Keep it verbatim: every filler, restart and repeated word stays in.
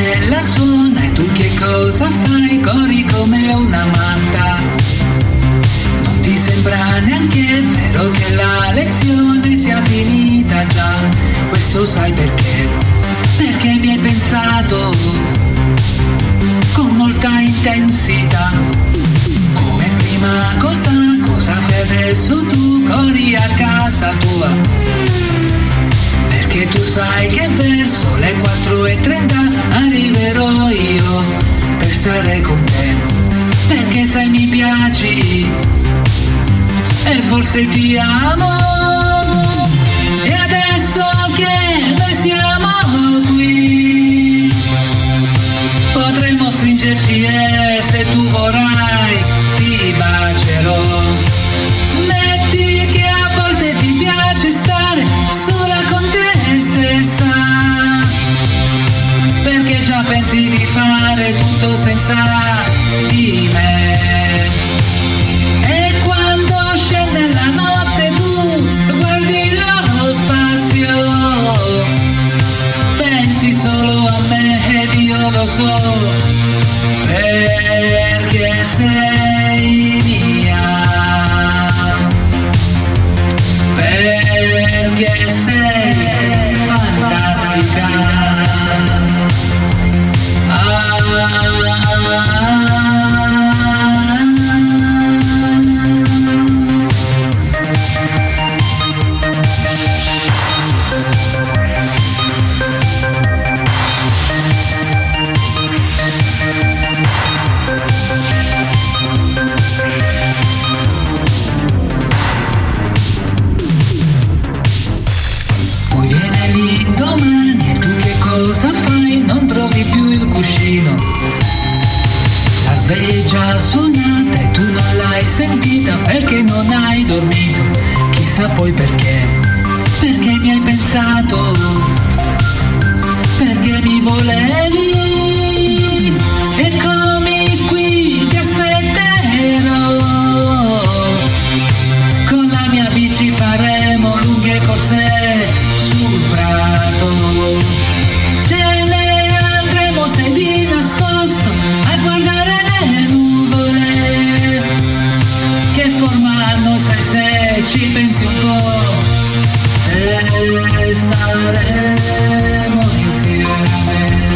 campanella suona e tu che cosa fai? Corri come una matta. Non ti sembra neanche vero che la lezione sia finita già. Questo sai perché? Perché mi hai pensato con molta intensità. Come prima cosa, cosa fai adesso tu? Corri a casa tua, perché tu sai che verso le quattro e trenta arriverò io per stare con te, perché sai mi piaci e forse ti amo. E adesso che noi siamo qui potremmo stringerci e se tu vorrai ti bacerò. Metti che a volte ti piace stare sola con te stessa, perché già pensi di fare tutto senza di me. E quando scende la notte tu guardi lo spazio, pensi solo a me ed io lo so, perché sei mia, perché sei fantastica. Ah, poi viene l'indomani e tu che cosa fai? Non trovi più il cuscino, la sveglia è già suonata e tu non l'hai sentita perché non hai dormito. Chissà poi perché, perché mi hai pensato, perché mi volevi. Eccomi qui, ti aspetterò, con la mia bici faremo lunghe corse sul prato, ce ne andremo sei di nascosto a guardare le nuvole che forma hanno, sai se ci pensi un po', e staremo insieme.